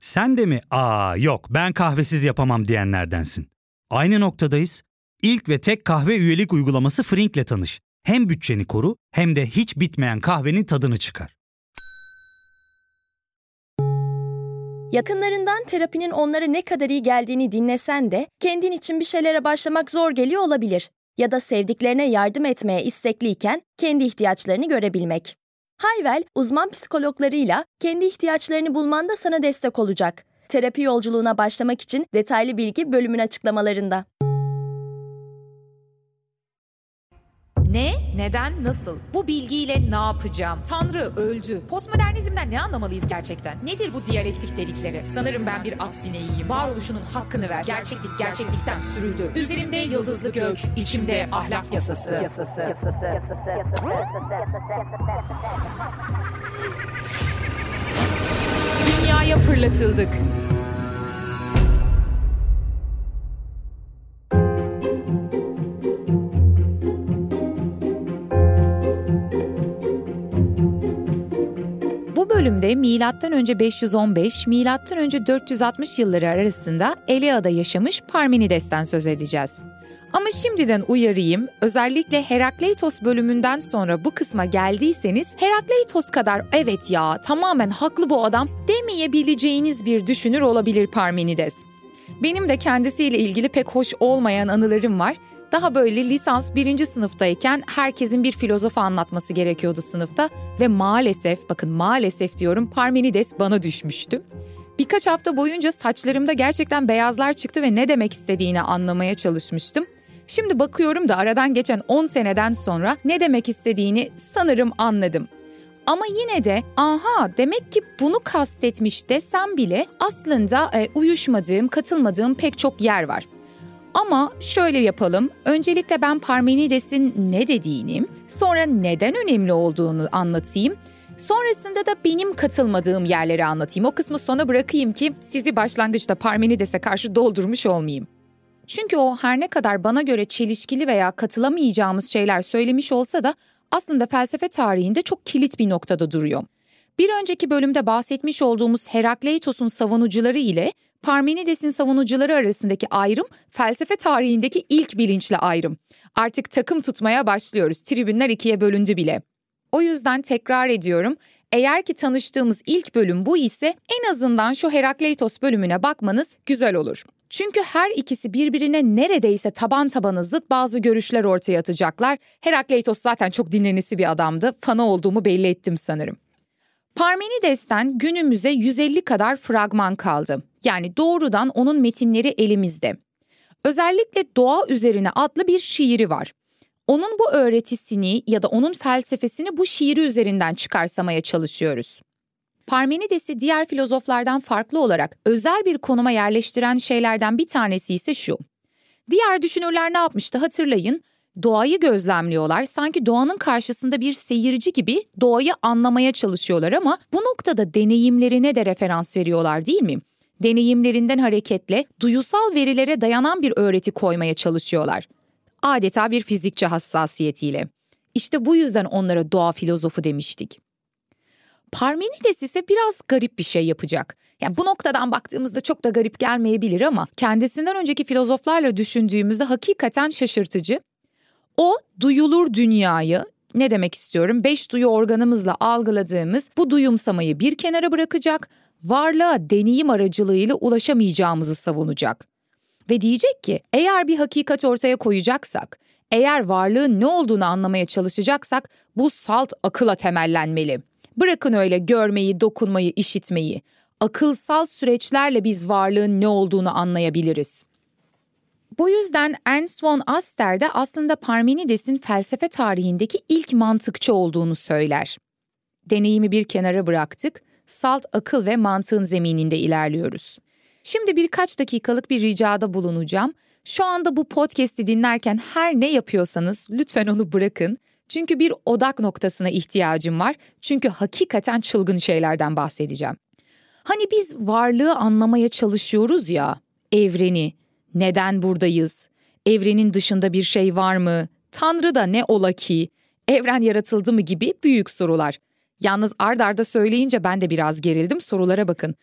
Sen de mi yok ben kahvesiz yapamam diyenlerdensin? Aynı noktadayız. İlk ve tek kahve üyelik uygulaması Frink'le tanış. Hem bütçeni koru hem de hiç bitmeyen kahvenin tadını çıkar. Yakınlarından terapinin onlara ne kadar iyi geldiğini dinlesen de kendin için bir şeylere başlamak zor geliyor olabilir. Ya da sevdiklerine yardım etmeye istekliyken kendi ihtiyaçlarını görebilmek. Hayvel, uzman psikologlarıyla kendi ihtiyaçlarını bulmanda sana destek olacak. Terapi yolculuğuna başlamak için detaylı bilgi bölümün açıklamalarında. Ne? Neden? Nasıl? Bu bilgiyle ne yapacağım? Tanrı öldü. Postmodernizmden ne anlamalıyız gerçekten? Nedir bu diyalektik dedikleri? Sanırım ben bir at sineğiyim. Varoluşunun hakkını ver. Gerçeklik gerçeklikten sürüldü. Üzerimde yıldızlı gök, içimde ahlak yasası. Dünyaya fırlatıldık. Bu bölümde M.Ö. 515, M.Ö. 460 yılları arasında Elea'da yaşamış Parmenides'ten söz edeceğiz. Ama şimdiden uyarayım, özellikle Herakleitos bölümünden sonra bu kısma geldiyseniz Herakleitos kadar evet ya tamamen haklı bu adam demeyebileceğiniz bir düşünür olabilir Parmenides. Benim de kendisiyle ilgili pek hoş olmayan anılarım var. Daha böyle lisans 1. sınıftayken herkesin bir filozofu anlatması gerekiyordu sınıfta ve maalesef diyorum Parmenides bana düşmüştü. Birkaç hafta boyunca saçlarımda gerçekten beyazlar çıktı ve ne demek istediğini anlamaya çalışmıştım. Şimdi bakıyorum da aradan geçen 10 seneden sonra ne demek istediğini sanırım anladım. Ama yine de demek ki bunu kastetmiş desem bile aslında uyuşmadığım, katılmadığım pek çok yer var. Ama şöyle yapalım, öncelikle ben Parmenides'in ne dediğini, sonra neden önemli olduğunu anlatayım. Sonrasında da benim katılmadığım yerleri anlatayım. O kısmı sona bırakayım ki sizi başlangıçta Parmenides'e karşı doldurmuş olmayayım. Çünkü o her ne kadar bana göre çelişkili veya katılamayacağımız şeyler söylemiş olsa da aslında felsefe tarihinde çok kilit bir noktada duruyor. Bir önceki bölümde bahsetmiş olduğumuz Herakleitos'un savunucuları ile Parmenides'in savunucuları arasındaki ayrım felsefe tarihindeki ilk bilinçli ayrım. Artık takım tutmaya başlıyoruz. Tribünler ikiye bölündü bile. O yüzden tekrar ediyorum, eğer ki tanıştığımız ilk bölüm bu ise en azından şu Herakleitos bölümüne bakmanız güzel olur. Çünkü her ikisi birbirine neredeyse taban tabana zıt bazı görüşler ortaya atacaklar. Herakleitos zaten çok dinlenisi bir adamdı. Fanı olduğumu belli ettim sanırım. Parmenides'ten günümüze 150 kadar fragman kaldı. Yani doğrudan onun metinleri elimizde. Özellikle Doğa Üzerine adlı bir şiiri var. Onun bu öğretisini ya da onun felsefesini bu şiiri üzerinden çıkarsamaya çalışıyoruz. Parmenides'i diğer filozoflardan farklı olarak özel bir konuma yerleştiren şeylerden bir tanesi ise şu. Diğer düşünürler ne yapmıştı hatırlayın. Doğayı gözlemliyorlar, sanki doğanın karşısında bir seyirci gibi doğayı anlamaya çalışıyorlar ama bu noktada deneyimlerine de referans veriyorlar değil mi? Deneyimlerinden hareketle duyusal verilere dayanan bir öğreti koymaya çalışıyorlar. Adeta bir fizikçi hassasiyetiyle. İşte bu yüzden onlara doğa filozofu demiştik. Parmenides ise biraz garip bir şey yapacak. Yani bu noktadan baktığımızda çok da garip gelmeyebilir ama kendisinden önceki filozoflarla düşündüğümüzde hakikaten şaşırtıcı. O duyulur dünyayı, ne demek istiyorum, 5 duyu organımızla algıladığımız bu duyumsamayı bir kenara bırakacak, varlığa deneyim aracılığıyla ulaşamayacağımızı savunacak. Ve diyecek ki eğer bir hakikat ortaya koyacaksak, eğer varlığın ne olduğunu anlamaya çalışacaksak bu salt akıla temellenmeli. Bırakın öyle görmeyi, dokunmayı, işitmeyi. Akılsal süreçlerle biz varlığın ne olduğunu anlayabiliriz. Bu yüzden Ernst von Aster de aslında Parmenides'in felsefe tarihindeki ilk mantıkçı olduğunu söyler. Deneyimi bir kenara bıraktık, salt akıl ve mantığın zemininde ilerliyoruz. Şimdi birkaç dakikalık bir ricada bulunacağım. Şu anda bu podcast'i dinlerken her ne yapıyorsanız lütfen onu bırakın. Çünkü bir odak noktasına ihtiyacım var. Çünkü hakikaten çılgın şeylerden bahsedeceğim. Hani biz varlığı anlamaya çalışıyoruz ya, evreni, neden buradayız, evrenin dışında bir şey var mı, Tanrı da ne ola ki, evren yaratıldı mı gibi büyük sorular. Yalnız ard arda söyleyince ben de biraz gerildim, sorulara bakın.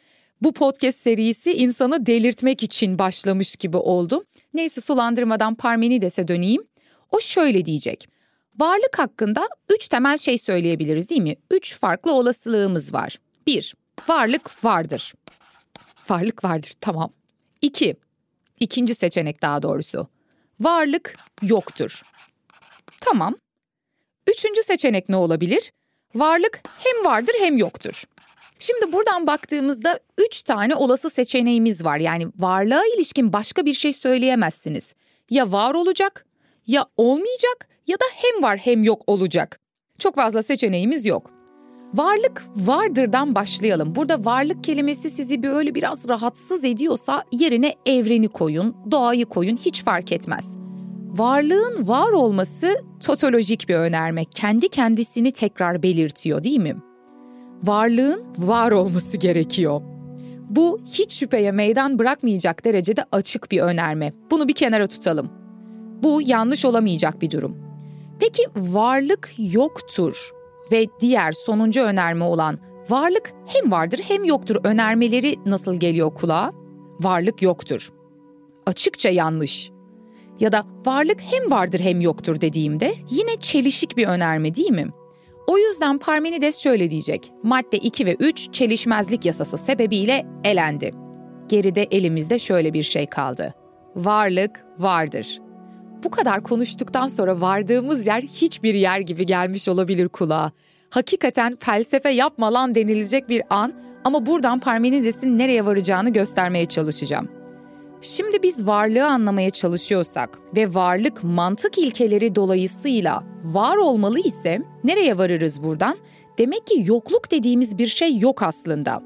Bu podcast serisi insanı delirtmek için başlamış gibi oldu. Neyse, sulandırmadan Parmenides'e döneyim. O şöyle diyecek. Varlık hakkında 3 temel şey söyleyebiliriz, değil mi? 3 farklı olasılığımız var. 1. Varlık vardır. Varlık vardır, tamam. 2. İkinci seçenek daha doğrusu. Varlık yoktur. Tamam. Üçüncü seçenek ne olabilir? Varlık hem vardır hem yoktur. Şimdi buradan baktığımızda 3 tane olası seçeneğimiz var. Yani varlığa ilişkin başka bir şey söyleyemezsiniz. Ya var olacak, ya olmayacak ya da hem var hem yok olacak. Çok fazla seçeneğimiz yok. Varlık vardırdan başlayalım. Burada varlık kelimesi sizi böyle biraz rahatsız ediyorsa yerine evreni koyun, doğayı koyun, hiç fark etmez. Varlığın var olması totolojik bir önerme. Kendi kendisini tekrar belirtiyor, değil mi? Varlığın var olması gerekiyor. Bu hiç şüpheye meydan bırakmayacak derecede açık bir önerme. Bunu bir kenara tutalım. Bu yanlış olamayacak bir durum. Peki varlık yoktur ve diğer sonuncu önerme olan varlık hem vardır hem yoktur önermeleri nasıl geliyor kulağa? Varlık yoktur. Açıkça yanlış. Ya da varlık hem vardır hem yoktur dediğimde yine çelişik bir önerme, değil mi? O yüzden Parmenides şöyle diyecek. Madde 2 ve 3 çelişmezlik yasası sebebiyle elendi. Geride elimizde şöyle bir şey kaldı. Varlık vardır. Bu kadar konuştuktan sonra vardığımız yer hiçbir yer gibi gelmiş olabilir kulağa. Hakikaten felsefe yapma lan denilecek bir an ama buradan Parmenides'in nereye varacağını göstermeye çalışacağım. Şimdi biz varlığı anlamaya çalışıyorsak ve varlık mantık ilkeleri dolayısıyla var olmalı ise nereye varırız buradan? Demek ki yokluk dediğimiz bir şey yok aslında.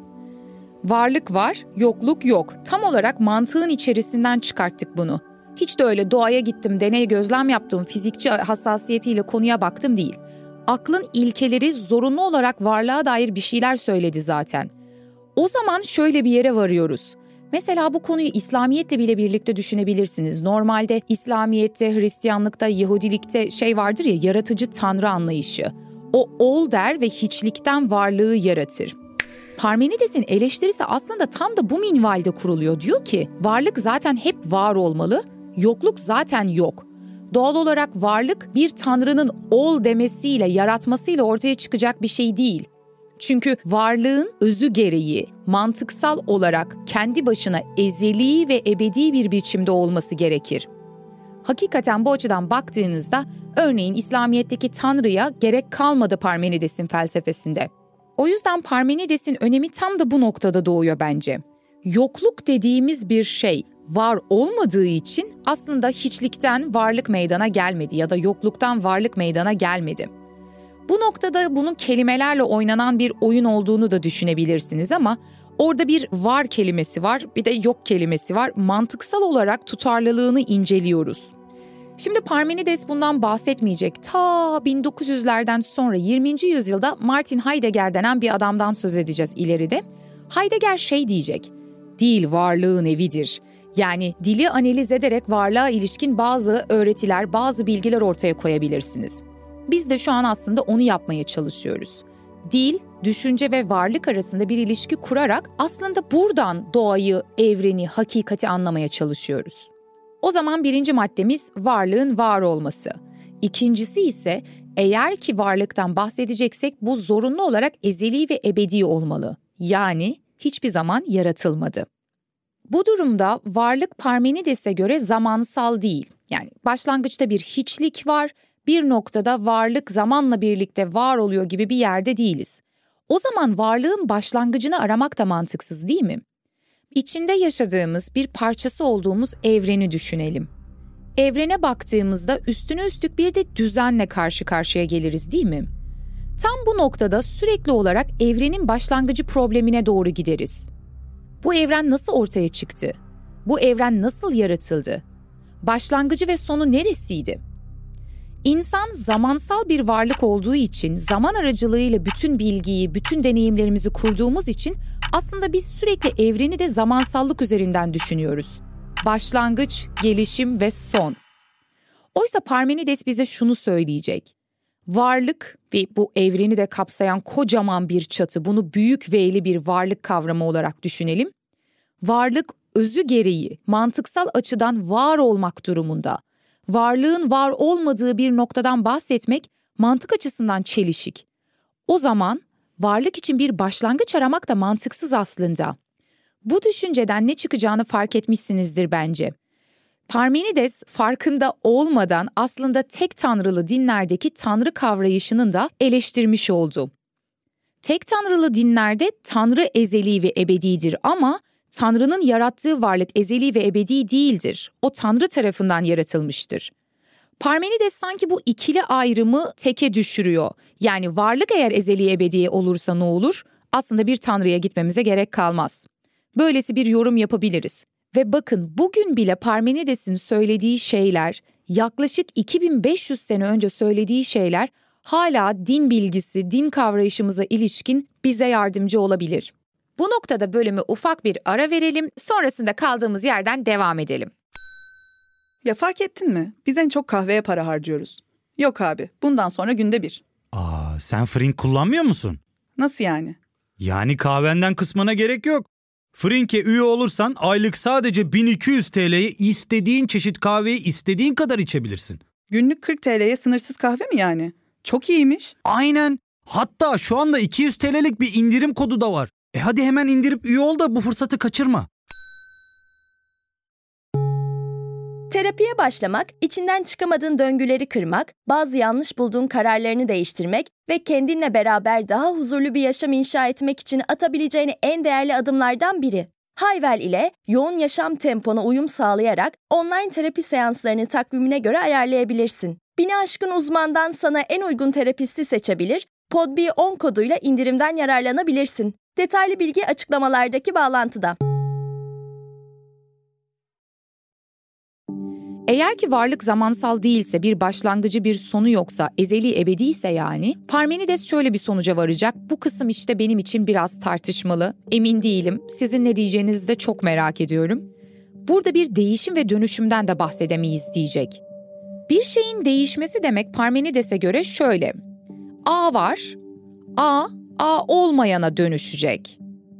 Varlık var, yokluk yok. Tam olarak mantığın içerisinden çıkarttık bunu. Hiç de öyle doğaya gittim, deney gözlem yaptım, fizikçi hassasiyetiyle konuya baktım değil. Aklın ilkeleri zorunlu olarak varlığa dair bir şeyler söyledi zaten. O zaman şöyle bir yere varıyoruz. Mesela bu konuyu İslamiyetle bile birlikte düşünebilirsiniz. Normalde İslamiyet'te, Hristiyanlıkta, Yahudilikte şey vardır ya, yaratıcı tanrı anlayışı. O ol der ve hiçlikten varlığı yaratır. Parmenides'in eleştirisi aslında tam da bu minvalde kuruluyor. Diyor ki varlık zaten hep var olmalı, yokluk zaten yok. Doğal olarak varlık bir tanrının ol demesiyle, yaratmasıyla ortaya çıkacak bir şey değil. Çünkü varlığın özü gereği mantıksal olarak kendi başına ezeli ve ebedi bir biçimde olması gerekir. Hakikaten bu açıdan baktığınızda örneğin İslamiyet'teki Tanrı'ya gerek kalmadı Parmenides'in felsefesinde. O yüzden Parmenides'in önemi tam da bu noktada doğuyor bence. Yokluk dediğimiz bir şey var olmadığı için aslında hiçlikten varlık meydana gelmedi ya da yokluktan varlık meydana gelmedi. Bu noktada bunun kelimelerle oynanan bir oyun olduğunu da düşünebilirsiniz ama orada bir var kelimesi var, bir de yok kelimesi var. Mantıksal olarak tutarlılığını inceliyoruz. Şimdi Parmenides bundan bahsetmeyecek. Ta 1900'lerden sonra 20. yüzyılda Martin Heidegger denen bir adamdan söz edeceğiz ileride. Heidegger şey diyecek, dil varlığın evidir. Yani dili analiz ederek varlığa ilişkin bazı öğretiler, bazı bilgiler ortaya koyabilirsiniz. Biz de şu an aslında onu yapmaya çalışıyoruz. Dil, düşünce ve varlık arasında bir ilişki kurarak aslında buradan doğayı, evreni, hakikati anlamaya çalışıyoruz. O zaman birinci maddemiz varlığın var olması. İkincisi ise eğer ki varlıktan bahsedeceksek bu zorunlu olarak ezeli ve ebedi olmalı. Yani hiçbir zaman yaratılmadı. Bu durumda varlık Parmenides'e göre zamansal değil. Yani başlangıçta bir hiçlik var, bir noktada varlık zamanla birlikte var oluyor gibi bir yerde değiliz. O zaman varlığın başlangıcını aramak da mantıksız değil mi? İçinde yaşadığımız bir parçası olduğumuz evreni düşünelim. Evrene baktığımızda üstüne üstlük bir de düzenle karşı karşıya geliriz değil mi? Tam bu noktada sürekli olarak evrenin başlangıcı problemine doğru gideriz. Bu evren nasıl ortaya çıktı? Bu evren nasıl yaratıldı? Başlangıcı ve sonu neresiydi? İnsan zamansal bir varlık olduğu için zaman aracılığıyla bütün bilgiyi, bütün deneyimlerimizi kurduğumuz için aslında biz sürekli evreni de zamansallık üzerinden düşünüyoruz. Başlangıç, gelişim ve son. Oysa Parmenides bize şunu söyleyecek. Varlık ve bu evreni de kapsayan kocaman bir çatı, bunu büyük V'li bir varlık kavramı olarak düşünelim. Varlık özü gereği mantıksal açıdan var olmak durumunda. Varlığın var olmadığı bir noktadan bahsetmek mantık açısından çelişik. O zaman varlık için bir başlangıç aramak da mantıksız aslında. Bu düşünceden ne çıkacağını fark etmişsinizdir bence. Parmenides farkında olmadan aslında tek tanrılı dinlerdeki tanrı kavrayışının da eleştirmiş oldu. Tek tanrılı dinlerde tanrı ezeli ve ebedidir ama tanrının yarattığı varlık ezeli ve ebedi değildir. O tanrı tarafından yaratılmıştır. Parmenides sanki bu ikili ayrımı teke düşürüyor. Yani varlık eğer ezeli ebedi olursa ne olur? Aslında bir tanrıya gitmemize gerek kalmaz. Böylesi bir yorum yapabiliriz. Ve bakın bugün bile Parmenides'in söylediği şeyler, yaklaşık 2500 sene önce söylediği şeyler hala din bilgisi, din kavrayışımıza ilişkin bize yardımcı olabilir. Bu noktada bölümü ufak bir ara verelim, sonrasında kaldığımız yerden devam edelim. Ya fark ettin mi? Biz en çok kahveye para harcıyoruz. Yok abi, bundan sonra günde bir. Sen Frink kullanmıyor musun? Nasıl yani? Yani kahvenden kısmına gerek yok. Frink'e üye olursan aylık sadece 1200 TL'ye istediğin çeşit kahveyi istediğin kadar içebilirsin. Günlük 40 TL'ye sınırsız kahve mi yani? Çok iyiymiş. Aynen. Hatta şu anda 200 TL'lik bir indirim kodu da var. Hadi hemen indirip üye ol da bu fırsatı kaçırma. Terapiye başlamak, içinden çıkamadığın döngüleri kırmak, bazı yanlış bulduğun kararlarını değiştirmek ve kendinle beraber daha huzurlu bir yaşam inşa etmek için atabileceğin en değerli adımlardan biri. Hayvel ile yoğun yaşam tempona uyum sağlayarak online terapi seanslarını takvimine göre ayarlayabilirsin. 1000'i aşkın uzmandan sana en uygun terapisti seçebilir, PodB10 koduyla indirimden yararlanabilirsin. Detaylı bilgi açıklamalardaki bağlantıda. Eğer ki varlık zamansal değilse, bir başlangıcı bir sonu yoksa, ezeli ebedi ise yani, Parmenides şöyle bir sonuca varacak. Bu kısım işte benim için biraz tartışmalı. Emin değilim. Sizin ne diyeceğinizi de çok merak ediyorum. Burada bir değişim ve dönüşümden de bahsedemeyiz diyecek. Bir şeyin değişmesi demek Parmenides'e göre şöyle. A var, A olmayana dönüşecek.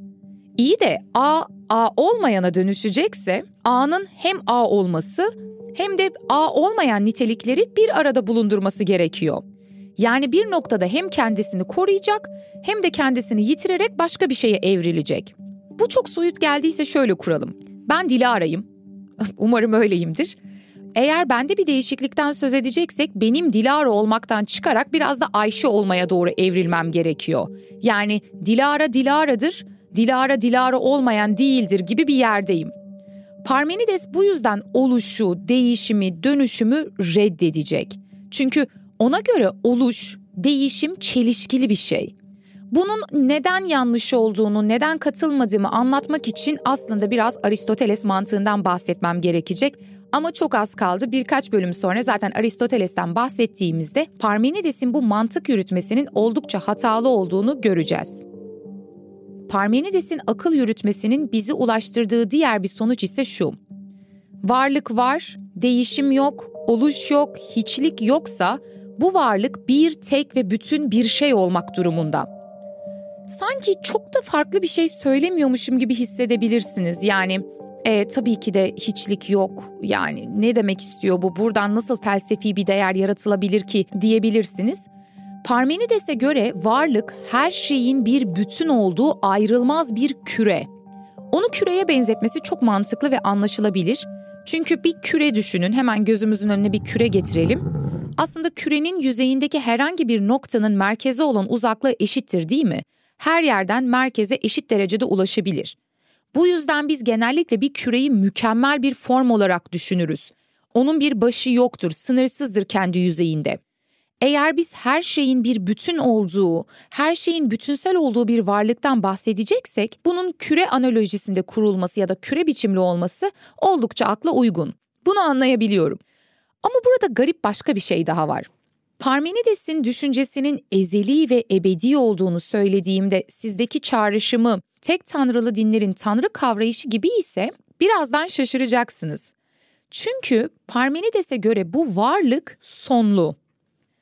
İyi de A olmayana dönüşecekse, A'nın hem A olması hem de A olmayan nitelikleri bir arada bulundurması gerekiyor. Yani bir noktada hem kendisini koruyacak hem de kendisini yitirerek başka bir şeye evrilecek. Bu çok soyut geldiyse şöyle kuralım. Ben Dilara'yım. Umarım öyleyimdir. Eğer bende bir değişiklikten söz edeceksek benim Dilara olmaktan çıkarak biraz da Ayşe olmaya doğru evrilmem gerekiyor. Yani Dilara Dilara'dır, Dilara olmayan değildir gibi bir yerdeyim. Parmenides bu yüzden oluşu, değişimi, dönüşümü reddedecek. Çünkü ona göre oluş, değişim çelişkili bir şey. Bunun neden yanlış olduğunu, neden katılmadığımı anlatmak için aslında biraz Aristoteles mantığından bahsetmem gerekecek. Ama çok az kaldı. Birkaç bölüm sonra zaten Aristoteles'ten bahsettiğimizde Parmenides'in bu mantık yürütmesinin oldukça hatalı olduğunu göreceğiz. Parmenides'in akıl yürütmesinin bizi ulaştırdığı diğer bir sonuç ise şu. Varlık var, değişim yok, oluş yok, hiçlik yoksa bu varlık bir tek ve bütün bir şey olmak durumunda. Sanki çok da farklı bir şey söylemiyormuşum gibi hissedebilirsiniz. Yani tabii ki de hiçlik yok. Yani ne demek istiyor bu? Buradan nasıl felsefi bir değer yaratılabilir ki diyebilirsiniz. Parmenides'e göre varlık her şeyin bir bütün olduğu ayrılmaz bir küre. Onu küreye benzetmesi çok mantıklı ve anlaşılabilir. Çünkü bir küre düşünün, hemen gözümüzün önüne bir küre getirelim. Aslında kürenin yüzeyindeki herhangi bir noktanın merkeze olan uzaklığı eşittir değil mi? Her yerden merkeze eşit derecede ulaşabilir. Bu yüzden biz genellikle bir küreyi mükemmel bir form olarak düşünürüz. Onun bir başı yoktur, sınırsızdır kendi yüzeyinde. Eğer biz her şeyin bir bütün olduğu, her şeyin bütünsel olduğu bir varlıktan bahsedeceksek, bunun küre analojisinde kurulması ya da küre biçimli olması oldukça akla uygun. Bunu anlayabiliyorum. Ama burada garip başka bir şey daha var. Parmenides'in düşüncesinin ezeli ve ebedi olduğunu söylediğimde sizdeki çağrışımı tek tanrılı dinlerin tanrı kavrayışı gibi ise birazdan şaşıracaksınız. Çünkü Parmenides'e göre bu varlık sonlu.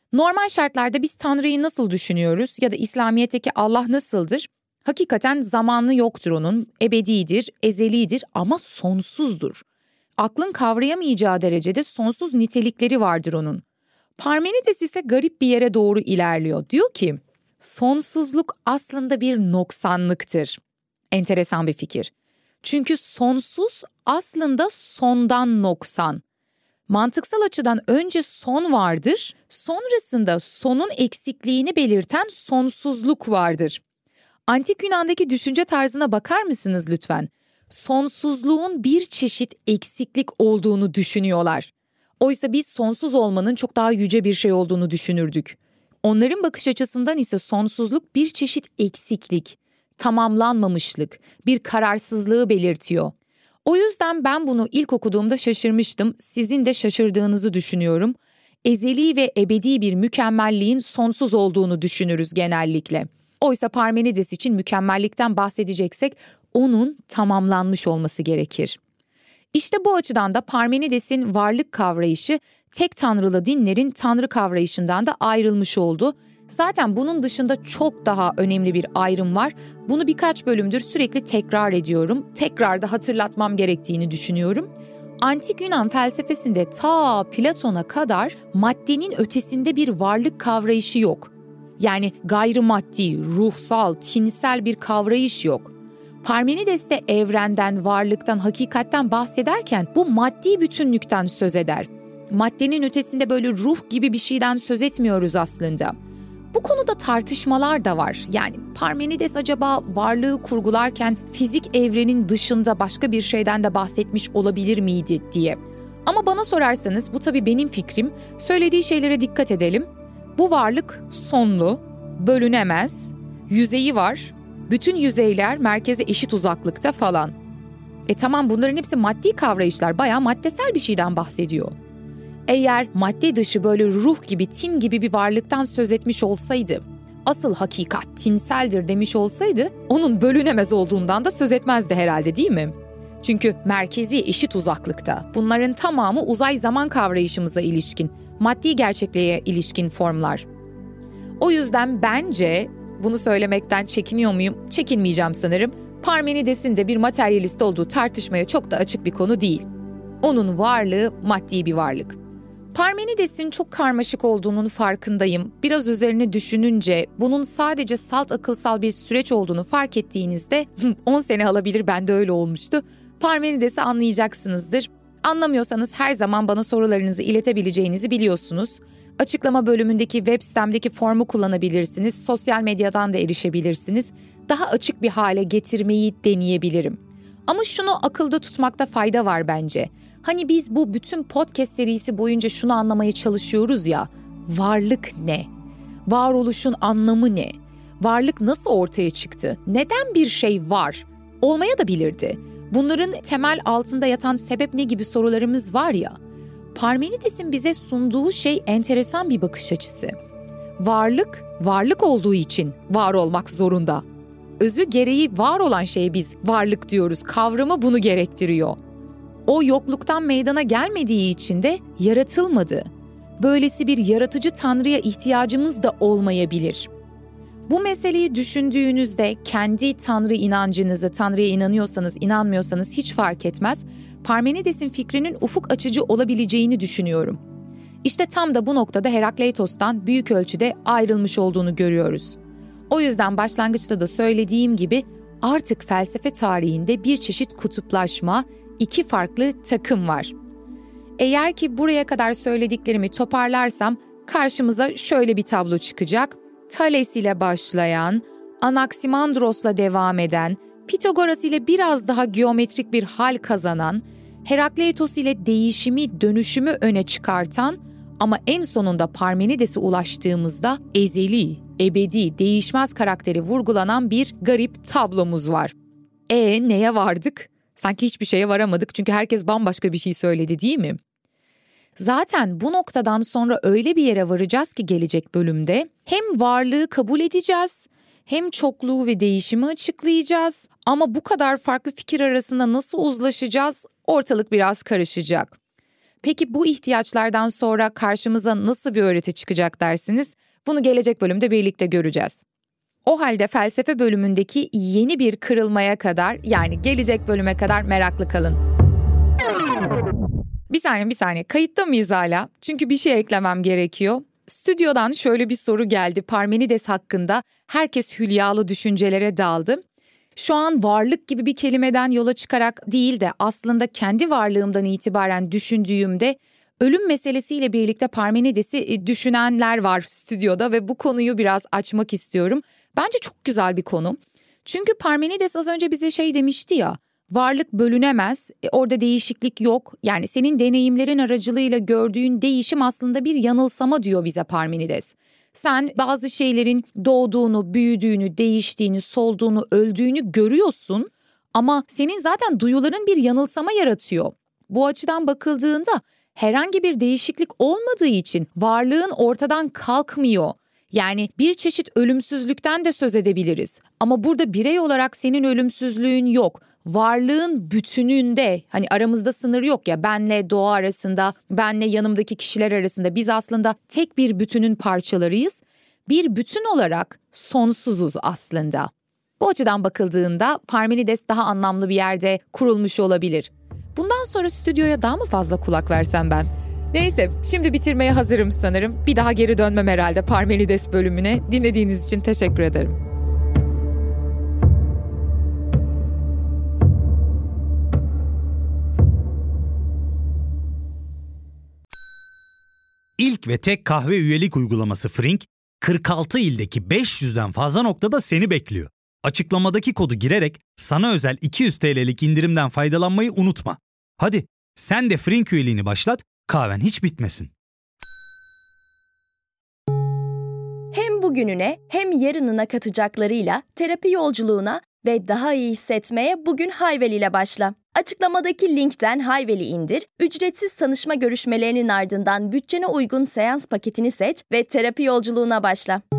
Normal şartlarda biz Tanrı'yı nasıl düşünüyoruz ya da İslamiyet'teki Allah nasıldır? Hakikaten zamanı yoktur onun, ebedidir, ezelidir ama sonsuzdur. Aklın kavrayamayacağı derecede sonsuz nitelikleri vardır onun. Parmenides ise garip bir yere doğru ilerliyor. Diyor ki, sonsuzluk aslında bir noksanlıktır. Enteresan bir fikir. Çünkü sonsuz aslında sondan noksan. Mantıksal açıdan önce son vardır, sonrasında sonun eksikliğini belirten sonsuzluk vardır. Antik Yunan'daki düşünce tarzına bakar mısınız lütfen? Sonsuzluğun bir çeşit eksiklik olduğunu düşünüyorlar. Oysa biz sonsuz olmanın çok daha yüce bir şey olduğunu düşünürdük. Onların bakış açısından ise sonsuzluk bir çeşit eksiklik, tamamlanmamışlık, bir kararsızlığı belirtiyor. O yüzden ben bunu ilk okuduğumda şaşırmıştım, sizin de şaşırdığınızı düşünüyorum. Ezeli ve ebedi bir mükemmelliğin sonsuz olduğunu düşünürüz genellikle. Oysa Parmenides için mükemmellikten bahsedeceksek onun tamamlanmış olması gerekir. İşte bu açıdan da Parmenides'in varlık kavrayışı tek tanrılı dinlerin tanrı kavrayışından da ayrılmış oldu. Zaten bunun dışında çok daha önemli bir ayrım var. Bunu birkaç bölümdür sürekli tekrar ediyorum. Tekrar da hatırlatmam gerektiğini düşünüyorum. Antik Yunan felsefesinde ta Platon'a kadar maddenin ötesinde bir varlık kavrayışı yok. Yani gayrimaddi, ruhsal, tinsel bir kavrayış yok. Parmenides de evrenden, varlıktan, hakikatten bahsederken bu maddi bütünlükten söz eder. Maddenin ötesinde böyle ruh gibi bir şeyden söz etmiyoruz aslında. Bu konuda tartışmalar da var. Yani Parmenides acaba varlığı kurgularken fizik evrenin dışında başka bir şeyden de bahsetmiş olabilir miydi diye. Ama bana sorarsanız bu tabii benim fikrim. Söylediği şeylere dikkat edelim. Bu varlık sonlu, bölünemez, yüzeyi var. Bütün yüzeyler merkeze eşit uzaklıkta falan. Tamam bunların hepsi maddi kavrayışlar, bayağı maddesel bir şeyden bahsediyor. Eğer madde dışı böyle ruh gibi, tin gibi bir varlıktan söz etmiş olsaydı, asıl hakikat tinseldir demiş olsaydı, onun bölünemez olduğundan da söz etmezdi herhalde değil mi? Çünkü merkezi eşit uzaklıkta. Bunların tamamı uzay zaman kavrayışımıza ilişkin, maddi gerçekliğe ilişkin formlar. O yüzden bence, bunu söylemekten çekiniyor muyum? Çekinmeyeceğim sanırım. Parmenides'in de bir materyalist olduğu tartışmaya çok da açık bir konu değil. Onun varlığı maddi bir varlık. Parmenides'in çok karmaşık olduğunun farkındayım. Biraz üzerine düşününce bunun sadece salt akılsal bir süreç olduğunu fark ettiğinizde 10 sene alabilir, bende öyle olmuştu. Parmenides'i anlayacaksınızdır. Anlamıyorsanız her zaman bana sorularınızı iletebileceğinizi biliyorsunuz. Açıklama bölümündeki web sitemdeki formu kullanabilirsiniz. Sosyal medyadan da erişebilirsiniz. Daha açık bir hale getirmeyi deneyebilirim. Ama şunu akılda tutmakta fayda var bence. Hani biz bu bütün podcast serisi boyunca şunu anlamaya çalışıyoruz ya. Varlık ne? Varoluşun anlamı ne? Varlık nasıl ortaya çıktı? Neden bir şey var? Olmaya da bilirdi. Bunların temel altında yatan sebep ne gibi sorularımız var ya. Parmenides'in bize sunduğu şey enteresan bir bakış açısı. Varlık, varlık olduğu için var olmak zorunda. Özü gereği var olan şeye biz varlık diyoruz. Kavramı bunu gerektiriyor. O yokluktan meydana gelmediği için de yaratılmadı. Böylesi bir yaratıcı tanrıya ihtiyacımız da olmayabilir. Bu meseleyi düşündüğünüzde kendi tanrı inancınızı, tanrıya inanıyorsanız, inanmıyorsanız hiç fark etmez, Parmenides'in fikrinin ufuk açıcı olabileceğini düşünüyorum. İşte tam da bu noktada Herakleitos'tan büyük ölçüde ayrılmış olduğunu görüyoruz. O yüzden başlangıçta da söylediğim gibi artık felsefe tarihinde bir çeşit kutuplaşma, iki farklı takım var. Eğer ki buraya kadar söylediklerimi toparlarsam karşımıza şöyle bir tablo çıkacak. Thales ile başlayan, Anaximandros'la devam eden, Pitagoras ile biraz daha geometrik bir hal kazanan, Herakleitos ile değişimi, dönüşümü öne çıkartan ama en sonunda Parmenides'e ulaştığımızda ezeli, ebedi, değişmez karakteri vurgulanan bir garip tablomuz var. Neye vardık? Sanki hiçbir şeye varamadık çünkü herkes bambaşka bir şey söyledi değil mi? Zaten bu noktadan sonra öyle bir yere varacağız ki gelecek bölümde hem varlığı kabul edeceğiz, hem çokluğu ve değişimi açıklayacağız ama bu kadar farklı fikir arasında nasıl uzlaşacağız? Ortalık biraz karışacak. Peki bu ihtiyaçlardan sonra karşımıza nasıl bir öğreti çıkacak dersiniz? Bunu gelecek bölümde birlikte göreceğiz. O halde felsefe bölümündeki yeni bir kırılmaya kadar, yani gelecek bölüme kadar meraklı kalın. Bir saniye. Kayıtta mıyız hala? Çünkü bir şey eklemem gerekiyor. Stüdyodan şöyle bir soru geldi. Parmenides hakkında herkes hülyalı düşüncelere daldı. Şu an varlık gibi bir kelimeden yola çıkarak değil de aslında kendi varlığımdan itibaren düşündüğümde ölüm meselesiyle birlikte Parmenides'i düşünenler var stüdyoda ve bu konuyu biraz açmak istiyorum. Bence çok güzel bir konu. Çünkü Parmenides az önce bize şey demişti ya, varlık bölünemez, orada değişiklik yok. Yani senin deneyimlerin aracılığıyla gördüğün değişim aslında bir yanılsama diyor bize Parmenides. Sen bazı şeylerin doğduğunu, büyüdüğünü, değiştiğini, solduğunu, öldüğünü görüyorsun ama senin zaten duyuların bir yanılsama yaratıyor. Bu açıdan bakıldığında herhangi bir değişiklik olmadığı için varlığın ortadan kalkmıyor. Yani bir çeşit ölümsüzlükten de söz edebiliriz. Ama burada birey olarak senin ölümsüzlüğün yok. Varlığın bütününde, hani aramızda sınır yok ya, benle doğa arasında, benle yanımdaki kişiler arasında biz aslında tek bir bütünün parçalarıyız. Bir bütün olarak sonsuzuz aslında. Bu açıdan bakıldığında Parmenides daha anlamlı bir yerde kurulmuş olabilir. Bundan sonra stüdyoya daha mı fazla kulak versem ben? Neyse, şimdi bitirmeye hazırım sanırım. Bir daha geri dönmem herhalde Parmenides bölümüne. Dinlediğiniz için teşekkür ederim. İlk ve tek kahve üyelik uygulaması Frink, 46 ildeki 500'den fazla noktada seni bekliyor. Açıklamadaki kodu girerek sana özel 200 TL'lik indirimden faydalanmayı unutma. Hadi sen de Frink üyeliğini başlat, kahven hiç bitmesin. Hem bugününe hem yarınına katacaklarıyla terapi yolculuğuna ve daha iyi hissetmeye bugün Hayvel ile başla. Açıklamadaki linkten Hayvel'i indir, ücretsiz tanışma görüşmelerinin ardından bütçene uygun seans paketini seç ve terapi yolculuğuna başla.